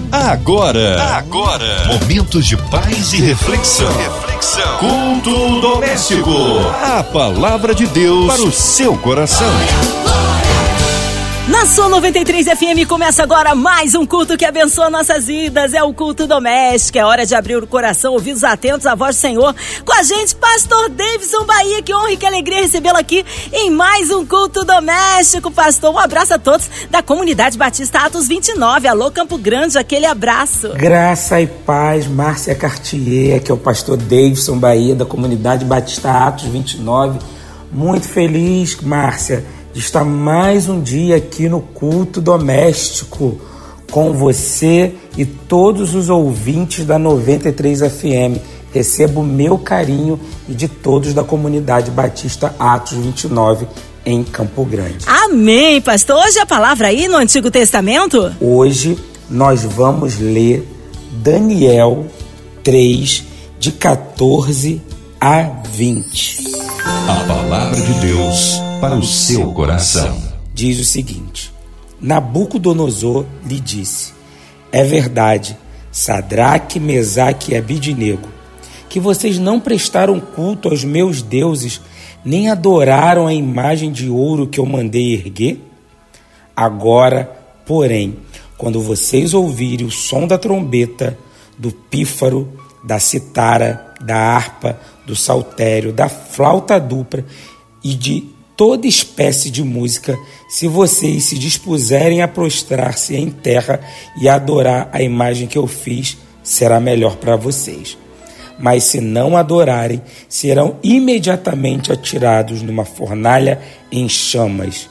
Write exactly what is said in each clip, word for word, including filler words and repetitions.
Agora, agora, momentos de paz e reflexão. Reflexão. Culto doméstico. A palavra de Deus para o seu coração. Na sua noventa e três F M começa agora mais um culto que abençoa nossas vidas. É o culto doméstico. É hora de abrir o coração, ouvidos atentos à voz do Senhor. Com a gente, pastor Davidson Bahia. Que honra e que alegria recebê-lo aqui em mais um culto doméstico, pastor. Um abraço a todos da comunidade Batista Atos vinte e nove. Alô, Campo Grande, aquele abraço. Graça e paz, Márcia Cartier, que é o pastor Davidson Bahia da comunidade Batista Atos vinte e nove. Muito feliz, Márcia, de estar mais um dia aqui no culto doméstico com você e todos os ouvintes da noventa e três F M. Recebo o meu carinho e de todos da comunidade Batista Atos vinte e nove em Campo Grande. Amém, pastor. Hoje a palavra aí no Antigo Testamento? Hoje nós vamos ler Daniel três, de quatorze a vinte. A palavra de Deus para o seu coração. Diz o seguinte: Nabucodonosor lhe disse: é verdade, Sadraque, Mesaque e Abidnego, que vocês não prestaram culto aos meus deuses, nem adoraram a imagem de ouro que eu mandei erguer? Agora, porém, quando vocês ouvirem o som da trombeta, do pífaro, da citara, da harpa, do saltério, da flauta dupla e de toda espécie de música, se vocês se dispuserem a prostrar-se em terra e adorar a imagem que eu fiz, será melhor para vocês. Mas se não adorarem, serão imediatamente atirados numa fornalha em chamas,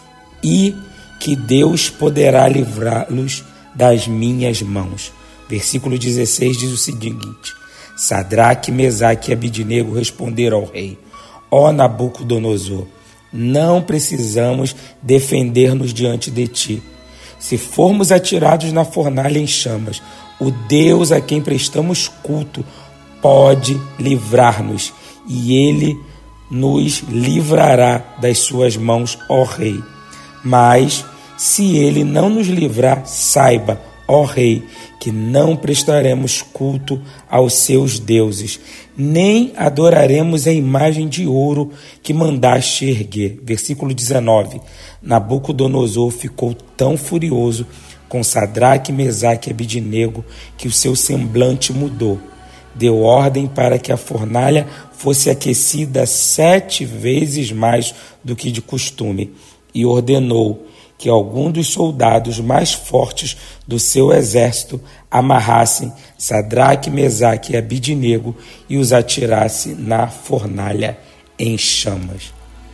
e que Deus poderá livrá-los das minhas mãos. Versículo dezesseis diz o seguinte: Sadraque, Mesaque e Abidnego responderam ao rei: ó Nabucodonosor, não precisamos defender-nos diante de ti. Se formos atirados na fornalha em chamas, o Deus a quem prestamos culto pode livrar-nos, e ele nos livrará das suas mãos, ó rei. Mas, se ele não nos livrar, saiba, ó rei, que não prestaremos culto aos seus deuses, nem adoraremos a imagem de ouro que mandaste erguer. Versículo dezenove. Nabucodonosor ficou tão furioso com Sadraque, Mesaque e Abidnego que o seu semblante mudou. Deu ordem para que a fornalha fosse aquecida sete vezes mais do que de costume e ordenou que algum dos soldados mais fortes do seu exército amarrassem Sadraque, Mesaque e Abidnego e os atirasse na fornalha em chamas.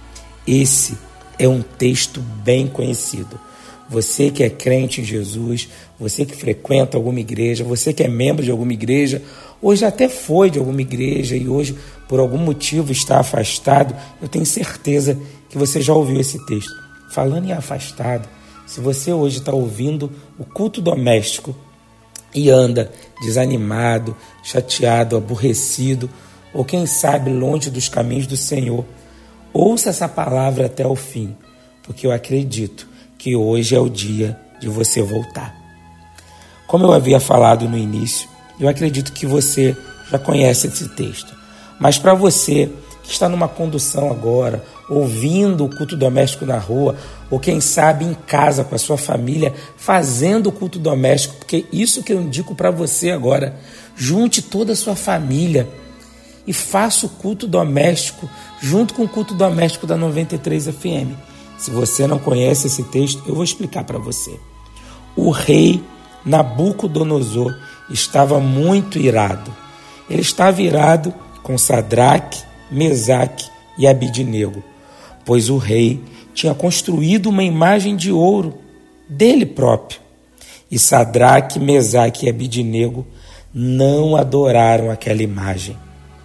Esse é um texto bem conhecido. Você que é crente em Jesus, você que frequenta alguma igreja, você que é membro de alguma igreja, hoje até foi de alguma igreja e hoje por algum motivo está afastado, eu tenho certeza que você já ouviu esse texto. Falando em afastado, se você hoje está ouvindo o culto doméstico e anda desanimado, chateado, aborrecido, ou quem sabe longe dos caminhos do Senhor, ouça essa palavra até o fim, porque eu acredito que hoje é o dia de você voltar. Como eu havia falado no início, eu acredito que você já conhece esse texto, mas para você que está numa condução agora, ouvindo o culto doméstico na rua, ou quem sabe em casa com a sua família, fazendo o culto doméstico, porque isso que eu indico para você agora, junte toda a sua família e faça o culto doméstico junto com o culto doméstico da noventa e três F M. Se você não conhece esse texto, eu vou explicar para você. O rei Nabucodonosor estava muito irado. Ele estava irado com Sadraque, Mesaque e Abidnego, pois o rei tinha construído uma imagem de ouro dele próprio. E Sadraque, Mesaque e Abidnego não adoraram aquela imagem.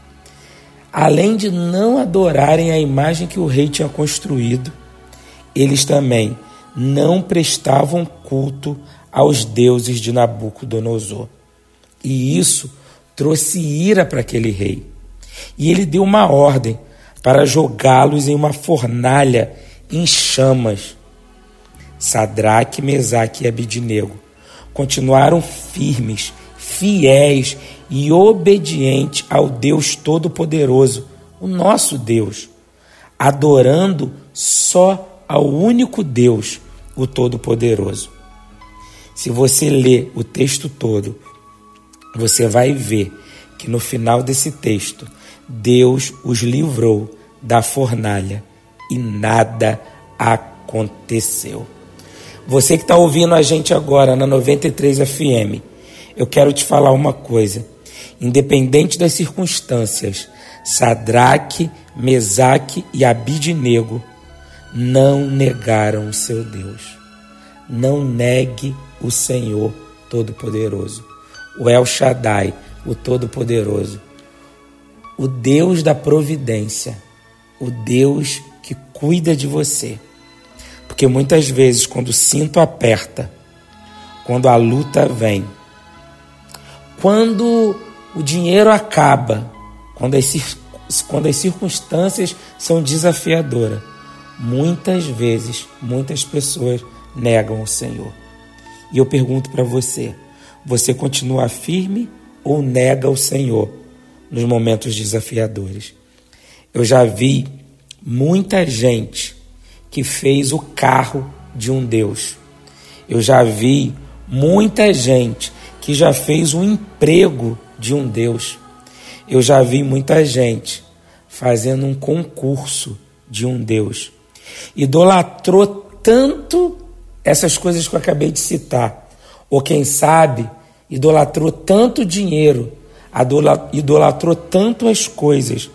Além de não adorarem a imagem que o rei tinha construído, eles também não prestavam culto aos deuses de Nabucodonosor. E isso trouxe ira para aquele rei. E ele deu uma ordem para jogá-los em uma fornalha em chamas. Sadraque, Mesaque e Abidnego continuaram firmes, fiéis e obedientes ao Deus Todo-Poderoso, o nosso Deus, adorando só ao único Deus, o Todo-Poderoso. Se você ler o texto todo, você vai ver que no final desse texto, Deus os livrou da fornalha e nada aconteceu. Você que está ouvindo a gente agora na noventa e três F M, eu quero te falar uma coisa. Independente das circunstâncias, Sadraque, Mesaque e Abidnego não negaram o seu Deus. Não negue o Senhor Todo-Poderoso, o El Shaddai, o Todo-Poderoso, o Deus da providência, o Deus que cuida de você. Porque muitas vezes, quando o cinto aperta, quando a luta vem, quando o dinheiro acaba, quando as, quando as circunstâncias são desafiadoras, muitas vezes, muitas pessoas negam o Senhor. E eu pergunto para você, você continua firme ou nega o Senhor nos momentos desafiadores? Eu já vi muita gente que fez o carro de um Deus. Eu já vi muita gente que já fez o emprego de um Deus. Eu já vi muita gente fazendo um concurso de um Deus. Idolatrou tanto essas coisas que eu acabei de citar. Ou quem sabe, idolatrou tanto dinheiro, idolatrou tanto as coisas.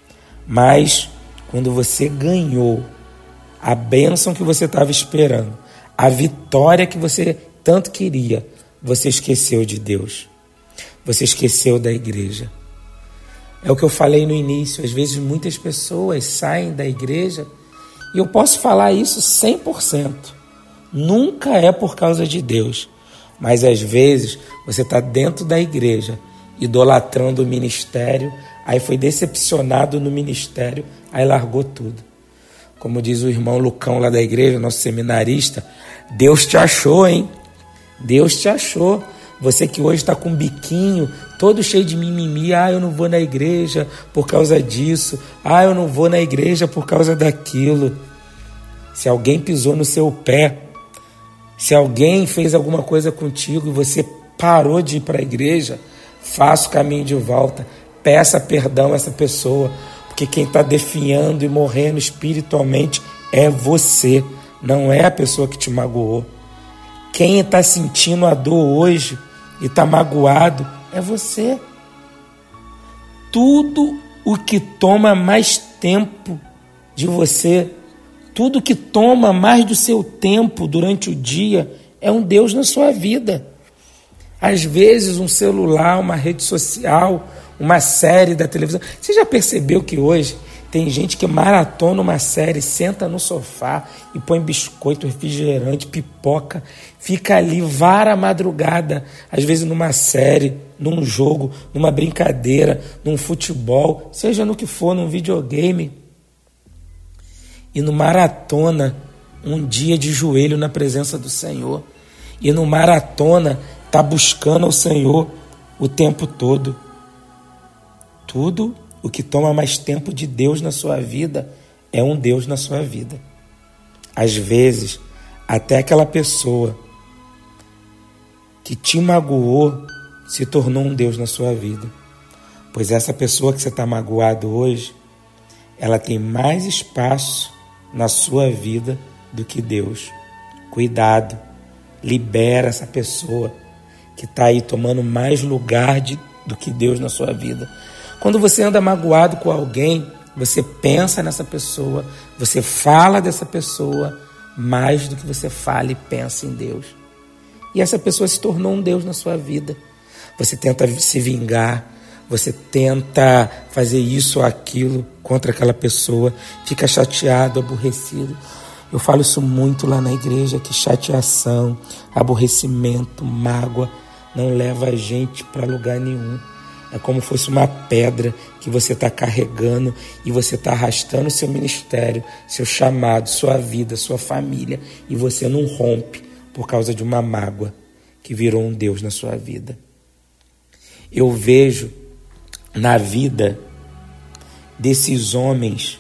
Mas quando você ganhou a bênção que você estava esperando, a vitória que você tanto queria, você esqueceu de Deus. Você esqueceu da igreja. É o que eu falei no início. Às vezes muitas pessoas saem da igreja, e eu posso falar isso cem por cento. Nunca é por causa de Deus. Mas às vezes você está dentro da igreja, idolatrando o ministério, aí foi decepcionado no ministério, aí largou tudo. Como diz o irmão Lucão lá da igreja, nosso seminarista, Deus te achou, hein? Deus te achou. Você que hoje está com um biquinho, todo cheio de mimimi, ah, eu não vou na igreja por causa disso, ah, eu não vou na igreja por causa daquilo. Se alguém pisou no seu pé, se alguém fez alguma coisa contigo e você parou de ir para a igreja, faça o caminho de volta, peça perdão a essa pessoa, porque quem está definhando e morrendo espiritualmente é você, não é a pessoa que te magoou. Quem está sentindo a dor hoje e está magoado é você. Tudo o que toma mais tempo de você, tudo que toma mais do seu tempo durante o dia é um Deus na sua vida. Às vezes um celular, uma rede social, uma série da televisão. Você já percebeu que hoje tem gente que maratona uma série, senta no sofá e põe biscoito, refrigerante, pipoca, fica ali vara a madrugada, às vezes numa série, num jogo, numa brincadeira, num futebol, seja no que for, num videogame. E no maratona um dia de joelho na presença do Senhor. E no maratona está buscando o Senhor o tempo todo. Tudo o que toma mais tempo de Deus na sua vida é um Deus na sua vida. Às vezes, até aquela pessoa que te magoou se tornou um Deus na sua vida. Pois essa pessoa que você está magoado hoje, ela tem mais espaço na sua vida do que Deus. Cuidado, libera essa pessoa que está aí tomando mais lugar de, do que Deus na sua vida. Quando você anda magoado com alguém, você pensa nessa pessoa, você fala dessa pessoa mais do que você fala e pensa em Deus. E essa pessoa se tornou um Deus na sua vida. Você tenta se vingar, você tenta fazer isso ou aquilo contra aquela pessoa, fica chateado, aborrecido. Eu falo isso muito lá na igreja, que chateação, aborrecimento, mágoa não leva a gente para lugar nenhum. É como se fosse uma pedra que você está carregando e você está arrastando o seu ministério, seu chamado, sua vida, sua família, e você não rompe por causa de uma mágoa que que virou um Deus na sua vida. Eu vejo na vida desses homens,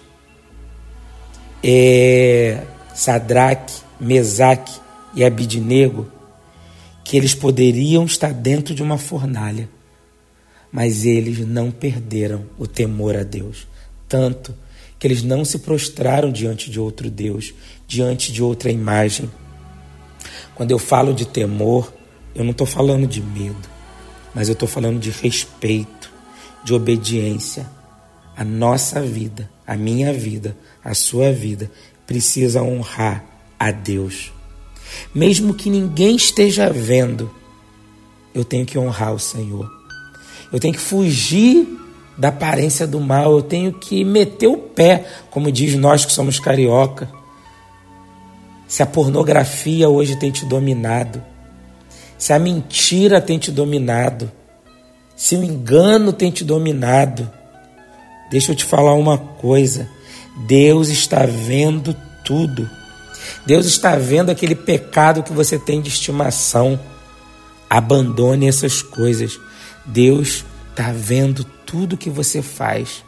é, Sadraque, Mesaque e Abidnego, que eles poderiam estar dentro de uma fornalha, mas eles não perderam o temor a Deus, tanto que eles não se prostraram diante de outro Deus, diante de outra imagem. Quando eu falo de temor, eu não estou falando de medo, mas eu estou falando de respeito, de obediência. A nossa vida, a minha vida, a sua vida, precisa honrar a Deus. Mesmo que ninguém esteja vendo, eu tenho que honrar o Senhor. Eu tenho que fugir da aparência do mal, eu tenho que meter o pé, como diz nós que somos carioca. Se a pornografia hoje tem te dominado, se a mentira tem te dominado, se o engano tem te dominado, deixa eu te falar uma coisa, Deus está vendo tudo. Deus está vendo aquele pecado que você tem de estimação. Abandone essas coisas. Deus está vendo tudo que você faz.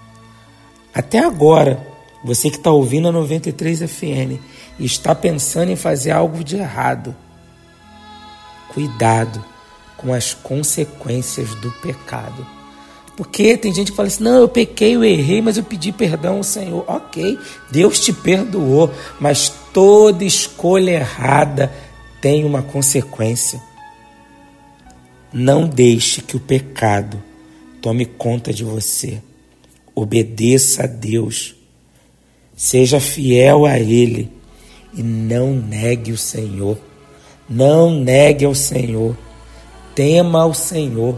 Até agora, você que está ouvindo a noventa e três F M e está pensando em fazer algo de errado, cuidado com as consequências do pecado. Porque tem gente que fala assim, não, eu pequei, eu errei, mas eu pedi perdão ao Senhor. Ok, Deus te perdoou, mas toda escolha errada tem uma consequência. Não deixe que o pecado tome conta de você. Obedeça a Deus. Seja fiel a Ele e não negue o Senhor. Não negue ao Senhor. Tema ao Senhor.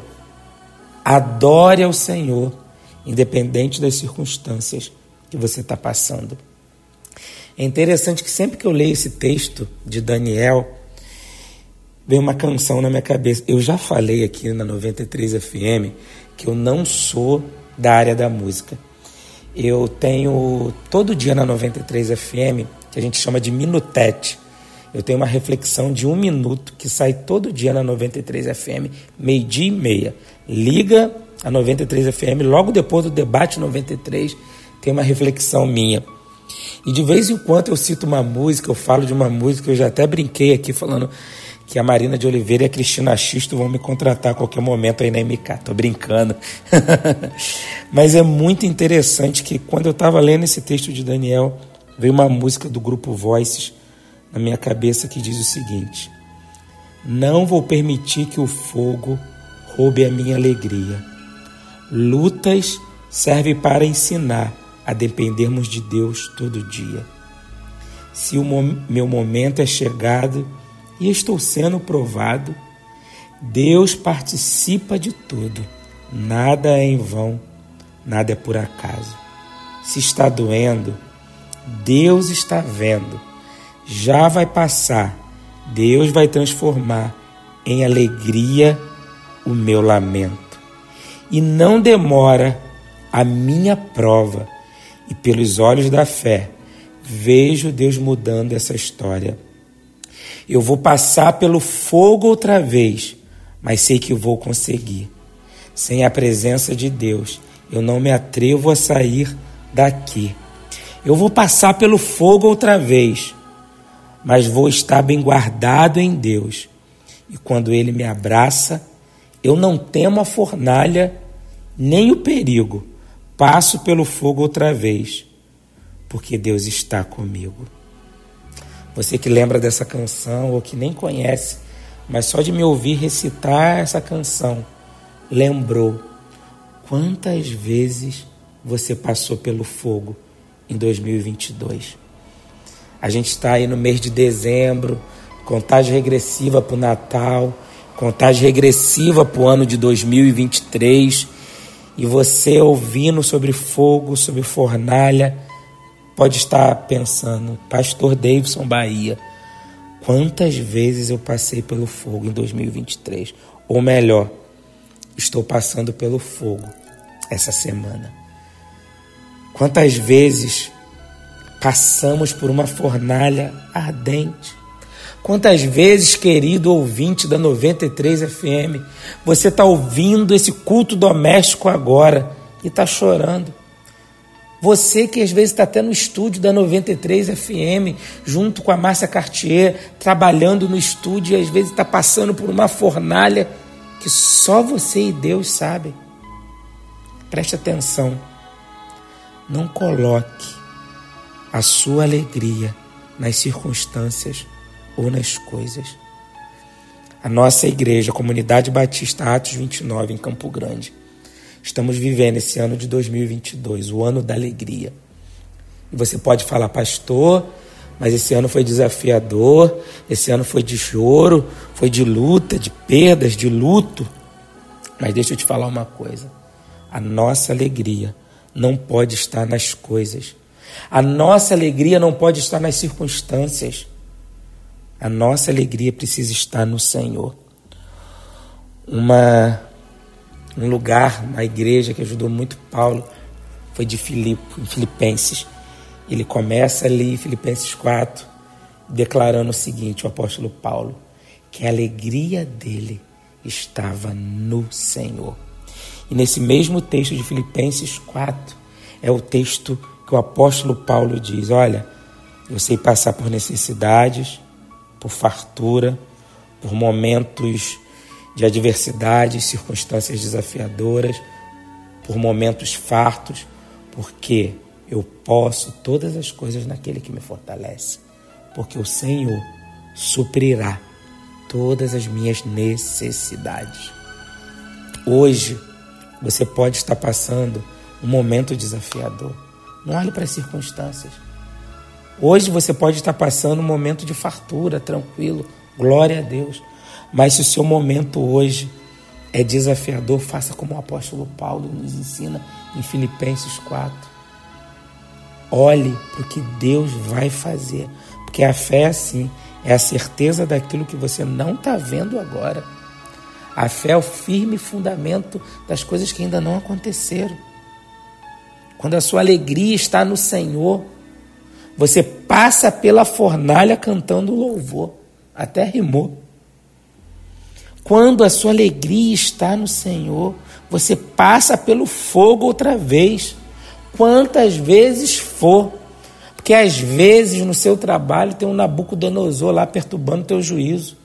Adore ao Senhor, independente das circunstâncias que você está passando. É interessante que sempre que eu leio esse texto de Daniel, vem uma canção na minha cabeça. Eu já falei aqui na noventa e três F M que eu não sou da área da música. Eu tenho todo dia na noventa e três F M, que a gente chama de minutete. Eu tenho uma reflexão de um minuto que sai todo dia na noventa e três F M, meio-dia e meia. Liga a noventa e três F M, logo depois do debate noventa e três, tem uma reflexão minha. E de vez em quando eu cito uma música, eu falo de uma música, eu já até brinquei aqui falando que a Marina de Oliveira e a Cristina Xisto vão me contratar a qualquer momento aí na M K. Tô brincando. Mas é muito interessante que quando eu estava lendo esse texto de Daniel, veio uma música do grupo Voices na minha cabeça que diz o seguinte: não vou permitir que o fogo roube a minha alegria. Lutas servem para ensinar a dependermos de Deus todo dia. Se o mom- meu momento é chegado e estou sendo provado, Deus participa de tudo. Nada é em vão, nada é por acaso. Se está doendo, Deus está vendo. Já vai passar, Deus vai transformar em alegria o meu lamento. E não demora a minha prova, e pelos olhos da fé, vejo Deus mudando essa história. Eu vou passar pelo fogo outra vez, mas sei que vou conseguir. Sem a presença de Deus, eu não me atrevo a sair daqui. Eu vou passar pelo fogo outra vez, mas vou estar bem guardado em Deus. E quando Ele me abraça, eu não temo a fornalha nem o perigo. Passo pelo fogo outra vez, porque Deus está comigo. Você que lembra dessa canção ou que nem conhece, mas só de me ouvir recitar essa canção, lembrou quantas vezes você passou pelo fogo em dois mil e vinte e dois. A gente está aí no mês de dezembro, contagem regressiva para o Natal, contagem regressiva para o ano de dois mil e vinte e três, e você ouvindo sobre fogo, sobre fornalha, pode estar pensando, Pastor Davidson Bahia, quantas vezes eu passei pelo fogo em dois mil e vinte e três? Ou melhor, estou passando pelo fogo essa semana. Quantas vezes passamos por uma fornalha ardente? Quantas vezes, querido ouvinte da noventa e três F M, você está ouvindo esse culto doméstico agora e está chorando? Você que às vezes está até no estúdio da noventa e três F M, junto com a Márcia Cartier, trabalhando no estúdio e às vezes está passando por uma fornalha que só você e Deus sabem. Preste atenção. Não coloque a sua alegria nas circunstâncias ou nas coisas. A nossa igreja, a Comunidade Batista Atos vinte e nove, em Campo Grande, estamos vivendo esse ano de dois mil e vinte e dois, o ano da alegria. E você pode falar, pastor, mas esse ano foi desafiador, esse ano foi de choro, foi de luta, de perdas, de luto. Mas deixa eu te falar uma coisa. A nossa alegria não pode estar nas coisas. A nossa alegria não pode estar nas circunstâncias. A nossa alegria precisa estar no Senhor. Uma, um lugar, uma igreja que ajudou muito Paulo foi de Filipe, em Filipenses. Ele começa ali, Filipenses quatro, declarando o seguinte, o apóstolo Paulo, que a alegria dele estava no Senhor. E nesse mesmo texto de Filipenses quatro, é o texto que o apóstolo Paulo diz, olha, eu sei passar por necessidades, por fartura, por momentos de adversidade, circunstâncias desafiadoras, por momentos fartos, porque eu posso todas as coisas naquele que me fortalece, porque o Senhor suprirá todas as minhas necessidades. Hoje, você pode estar passando um momento desafiador. Não olhe para as circunstâncias. Hoje você pode estar passando um momento de fartura, tranquilo, glória a Deus. Mas se o seu momento hoje é desafiador, faça como o apóstolo Paulo nos ensina em Filipenses quatro. Olhe para o que Deus vai fazer. Porque a fé é assim, é a certeza daquilo que você não está vendo agora. A fé é o firme fundamento das coisas que ainda não aconteceram. Quando a sua alegria está no Senhor, você passa pela fornalha cantando louvor. Até rimou. Quando a sua alegria está no Senhor, você passa pelo fogo outra vez. Quantas vezes for. Porque às vezes no seu trabalho tem um Nabucodonosor lá perturbando o teu juízo.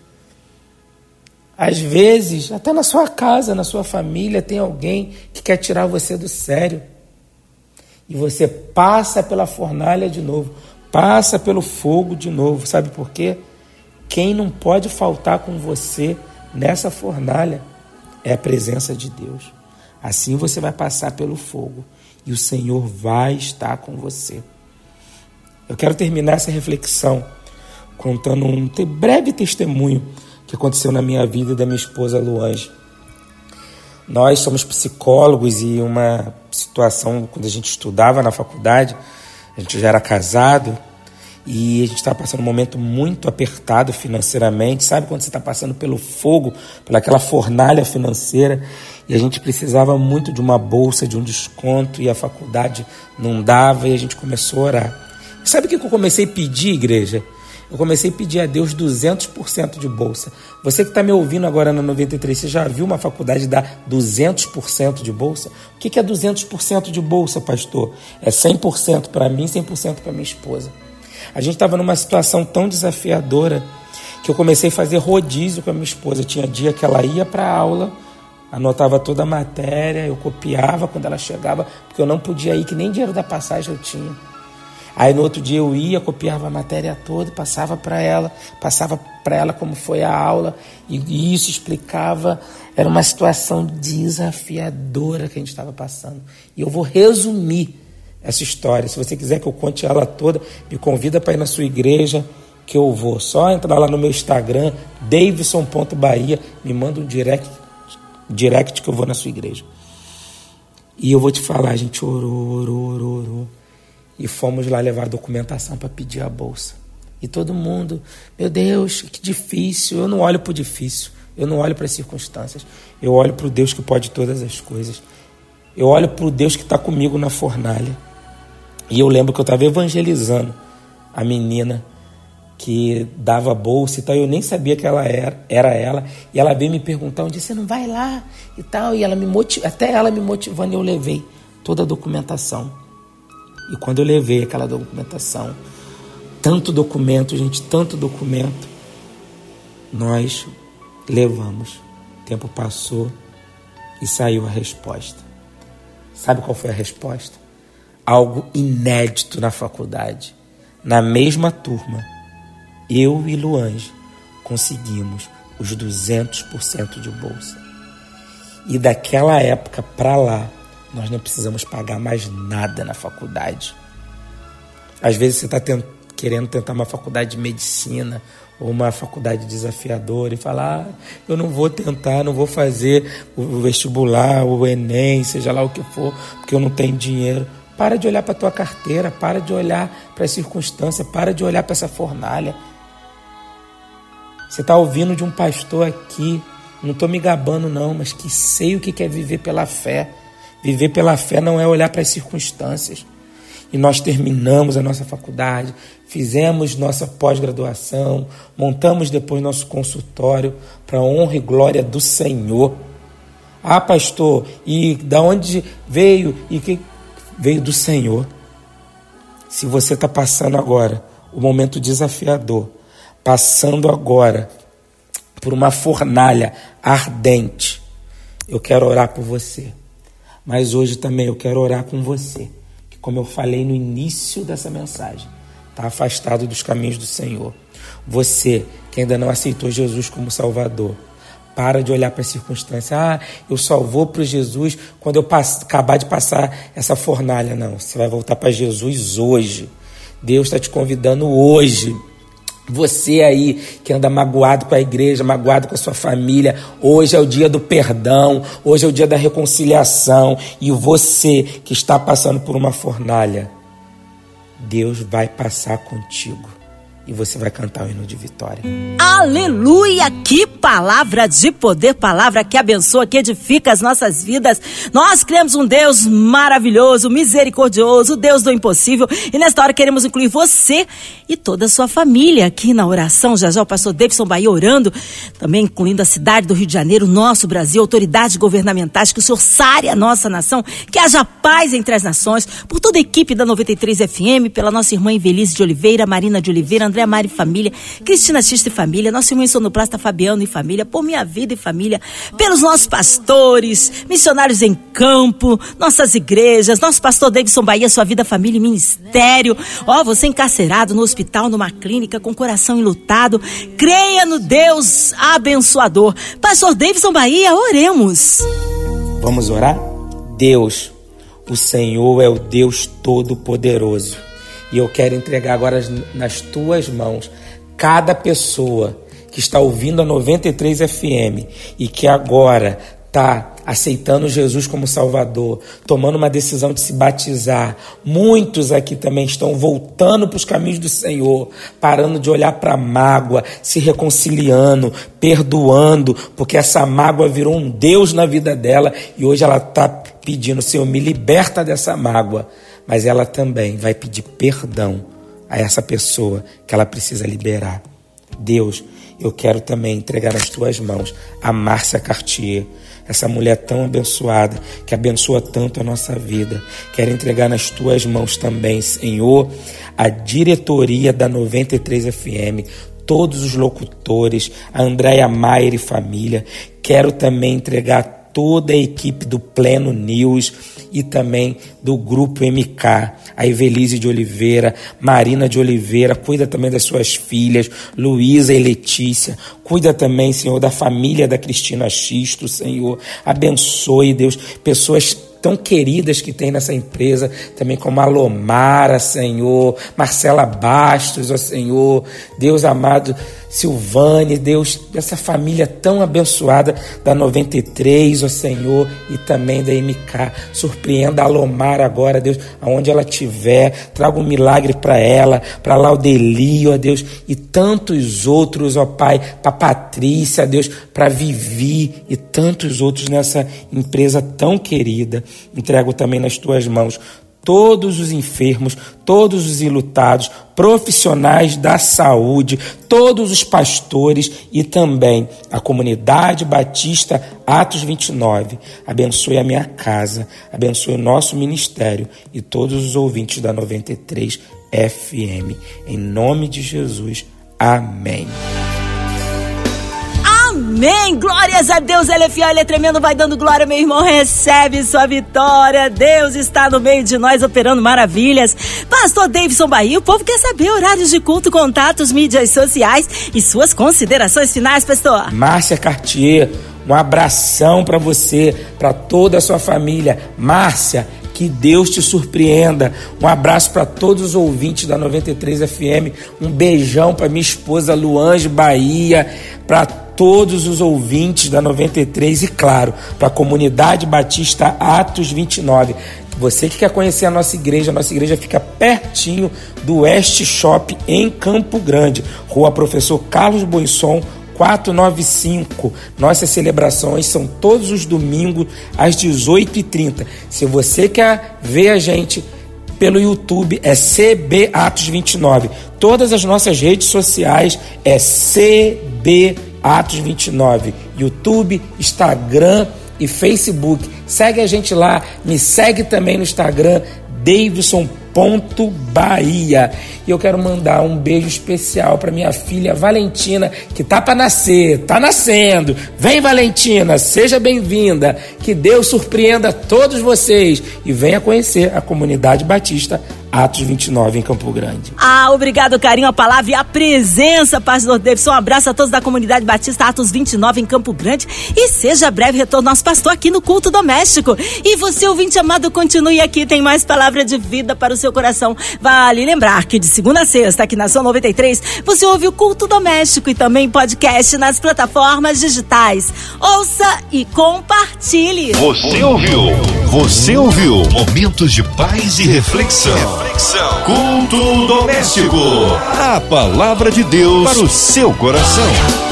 Às vezes, até na sua casa, na sua família, tem alguém que quer tirar você do sério. E você passa pela fornalha de novo, passa pelo fogo de novo. Sabe por quê? Quem não pode faltar com você nessa fornalha é a presença de Deus. Assim você vai passar pelo fogo e o Senhor vai estar com você. Eu quero terminar essa reflexão contando um breve testemunho que aconteceu na minha vida e da minha esposa Luange. Nós somos psicólogos e uma situação, quando a gente estudava na faculdade, a gente já era casado e a gente estava passando um momento muito apertado financeiramente. Sabe quando você está passando pelo fogo, pelaquela fornalha financeira, e a gente precisava muito de uma bolsa, de um desconto, e a faculdade não dava, e a gente começou a orar. E sabe o que eu comecei a pedir, igreja? Eu comecei a pedir a Deus duzentos por cento de bolsa. Você que está me ouvindo agora na noventa e três, você já viu uma faculdade dar duzentos por cento de bolsa? O que é duzentos por cento de bolsa, pastor? É cem por cento para mim, cem por cento para minha esposa. A gente estava numa situação tão desafiadora que eu comecei a fazer rodízio com a minha esposa. Tinha dia que ela ia para a aula, anotava toda a matéria, eu copiava quando ela chegava, porque eu não podia ir, que nem dinheiro da passagem eu tinha. Aí no outro dia eu ia, copiava a matéria toda, passava para ela, passava para ela como foi a aula, e isso explicava. Era uma situação desafiadora que a gente estava passando. E eu vou resumir essa história. Se você quiser que eu conte ela toda, me convida para ir na sua igreja, que eu vou. Só entrar lá no meu Instagram, davidson ponto bahia, me manda um direct, direct que eu vou na sua igreja. E eu vou te falar, a gente orou, orou, orou, orou. E fomos lá levar a documentação para pedir a bolsa. E todo mundo, meu Deus, que difícil. Eu não olho para o difícil, eu não olho para as circunstâncias. Eu olho para o Deus que pode todas as coisas. Eu olho para o Deus que está comigo na fornalha. E eu lembro que eu estava evangelizando a menina que dava bolsa e tal, eu nem sabia que ela era, era ela, e ela veio me perguntar onde você não vai lá e tal, e ela me motiv... até ela me motivando, eu levei toda a documentação. E quando eu levei aquela documentação, tanto documento, gente, tanto documento, nós levamos. O tempo passou e saiu a resposta. Sabe qual foi a resposta? Algo inédito na faculdade. Na mesma turma, eu e Luange conseguimos os duzentos por cento de bolsa. E daquela época para lá, nós não precisamos pagar mais nada na faculdade. Às vezes você está tent- querendo tentar uma faculdade de medicina ou uma faculdade desafiadora e falar, ah, eu não vou tentar, não vou fazer o vestibular, o Enem, seja lá o que for, porque eu não tenho dinheiro. Para de olhar para a tua carteira, para de olhar para as circunstâncias, para de olhar para essa fornalha. Você está ouvindo de um pastor aqui, não estou me gabando não, mas que sei o que é viver pela fé. Viver pela fé não é olhar para as circunstâncias. E nós terminamos a nossa faculdade, fizemos nossa pós-graduação, montamos depois nosso consultório para a honra e glória do Senhor. Ah, pastor, e da onde veio? E que veio do Senhor. Se você está passando agora o momento desafiador, passando agora por uma fornalha ardente, eu quero orar por você. Mas hoje também eu quero orar com você, que como eu falei no início dessa mensagem, está afastado dos caminhos do Senhor. Você que ainda não aceitou Jesus como Salvador, para de olhar para as circunstâncias. Ah, eu só vou para Jesus quando eu pass- acabar de passar essa fornalha. Não, você vai voltar para Jesus hoje. Deus está te convidando hoje. Você aí que anda magoado com a igreja, magoado com a sua família, hoje é o dia do perdão, hoje é o dia da reconciliação. E você que está passando por uma fornalha, Deus vai passar contigo e você vai cantar o hino de vitória. Aleluia! Que palavra de poder, palavra que abençoa, que edifica as nossas vidas. Nós cremos um Deus maravilhoso, misericordioso, Deus do impossível. E nesta hora queremos incluir você e toda a sua família aqui na oração. Já já o pastor Davidson Bahia orando, também incluindo a cidade do Rio de Janeiro, nosso Brasil, autoridades governamentais, que o Senhor sare a nossa nação, que haja paz entre as nações, por toda a equipe da noventa e três F M, pela nossa irmã Invelise de Oliveira, Marina de Oliveira, André Mari e família, Cristina Xista e família, nosso irmão sonoplasta Fabiano e família, por minha vida e família, pelos nossos pastores, missionários em campo, nossas igrejas, nosso pastor Davidson Bahia, sua vida, família e ministério. Ó, oh, você encarcerado no hospital, numa clínica, com coração enlutado, creia no Deus abençoador. Pastor Davidson Bahia, oremos. Vamos orar? Deus, o Senhor é o Deus Todo-Poderoso. E eu quero entregar agora nas tuas mãos cada pessoa que está ouvindo a noventa e três F M e que agora está aceitando Jesus como Salvador, tomando uma decisão de se batizar. Muitos aqui também estão voltando para os caminhos do Senhor, parando de olhar para a mágoa, se reconciliando, perdoando, porque essa mágoa virou um Deus na vida dela e hoje ela está pedindo, Senhor, me liberta dessa mágoa. Mas ela também vai pedir perdão a essa pessoa que ela precisa liberar. Deus, eu quero também entregar nas tuas mãos a Márcia Cartier, essa mulher tão abençoada, que abençoa tanto a nossa vida. Quero entregar nas tuas mãos também, Senhor, a diretoria da noventa e três F M, todos os locutores, a Andréia Maier e família. Quero também entregar toda a equipe do Pleno News e também do Grupo M K, a Invelise de Oliveira, Marina de Oliveira, cuida também das suas filhas, Luísa e Letícia, cuida também, Senhor, da família da Cristina Xisto, Senhor, abençoe, Deus, pessoas tão queridas que tem nessa empresa, também como a Lomara, Senhor, Marcela Bastos, ó Senhor, Deus amado, Silvane, Deus, essa família tão abençoada da noventa e três, ó Senhor, e também da M K, surpreenda a Lomara agora, Deus, aonde ela estiver, traga um milagre para ela, para Laudeli, ó Deus, e tantos outros, ó Pai, para Patrícia, Deus, para Vivi e tantos outros nessa empresa tão querida. Entrego também nas tuas mãos todos os enfermos, todos os enlutados, profissionais da saúde, todos os pastores e também a comunidade batista Atos vinte e nove. Abençoe a minha casa, abençoe o nosso ministério e todos os ouvintes da noventa e três F M. Em nome de Jesus, amém. Amém, glórias a Deus, Ele é fiel, Ele é tremendo, vai dando glória, meu irmão, recebe sua vitória, Deus está no meio de nós operando maravilhas. Pastor Davidson Bahia, o povo quer saber horários de culto, contatos, mídias sociais e suas considerações finais, pastor. Márcia Cartier, um abração para você, para toda a sua família. Márcia, que Deus te surpreenda. Um abraço para todos os ouvintes da noventa e três F M, um beijão para minha esposa Luange Bahia, para todos os ouvintes da noventa e três e, claro, para a comunidade batista Atos vinte e nove. Você que quer conhecer a nossa igreja, a nossa igreja fica pertinho do West Shop em Campo Grande, Rua Professor Carlos Boisson, quatrocentos e noventa e cinco. Nossas celebrações são todos os domingos às dezoito e trinta. Se você quer ver a gente pelo YouTube, é C B Atos vinte e nove. Todas as nossas redes sociais é C B Atos vinte e nove. YouTube, Instagram e Facebook. Segue a gente lá. Me segue também no Instagram, Davidson ponto Bahia. E eu quero mandar um beijo especial para minha filha Valentina, que tá para nascer, tá nascendo. Vem, Valentina, seja bem-vinda. Que Deus surpreenda todos vocês e venha conhecer a comunidade batista Atos vinte e nove em Campo Grande. Ah, obrigado, carinho, a palavra e a presença, pastor Davidson. Um abraço a todos da comunidade batista Atos vinte e nove em Campo Grande e seja breve retorno nosso pastor aqui no Culto Doméstico. E você, ouvinte amado, continue aqui, tem mais palavra de vida para o seu coração. Vale lembrar que de segunda a sexta, aqui na Nação noventa e três, você ouve o Culto Doméstico e também podcast nas plataformas digitais. Ouça e compartilhe. Você ouviu? Você ouviu? Momentos de paz e reflexão. Reflexão. Culto doméstico. A palavra de Deus para o seu coração.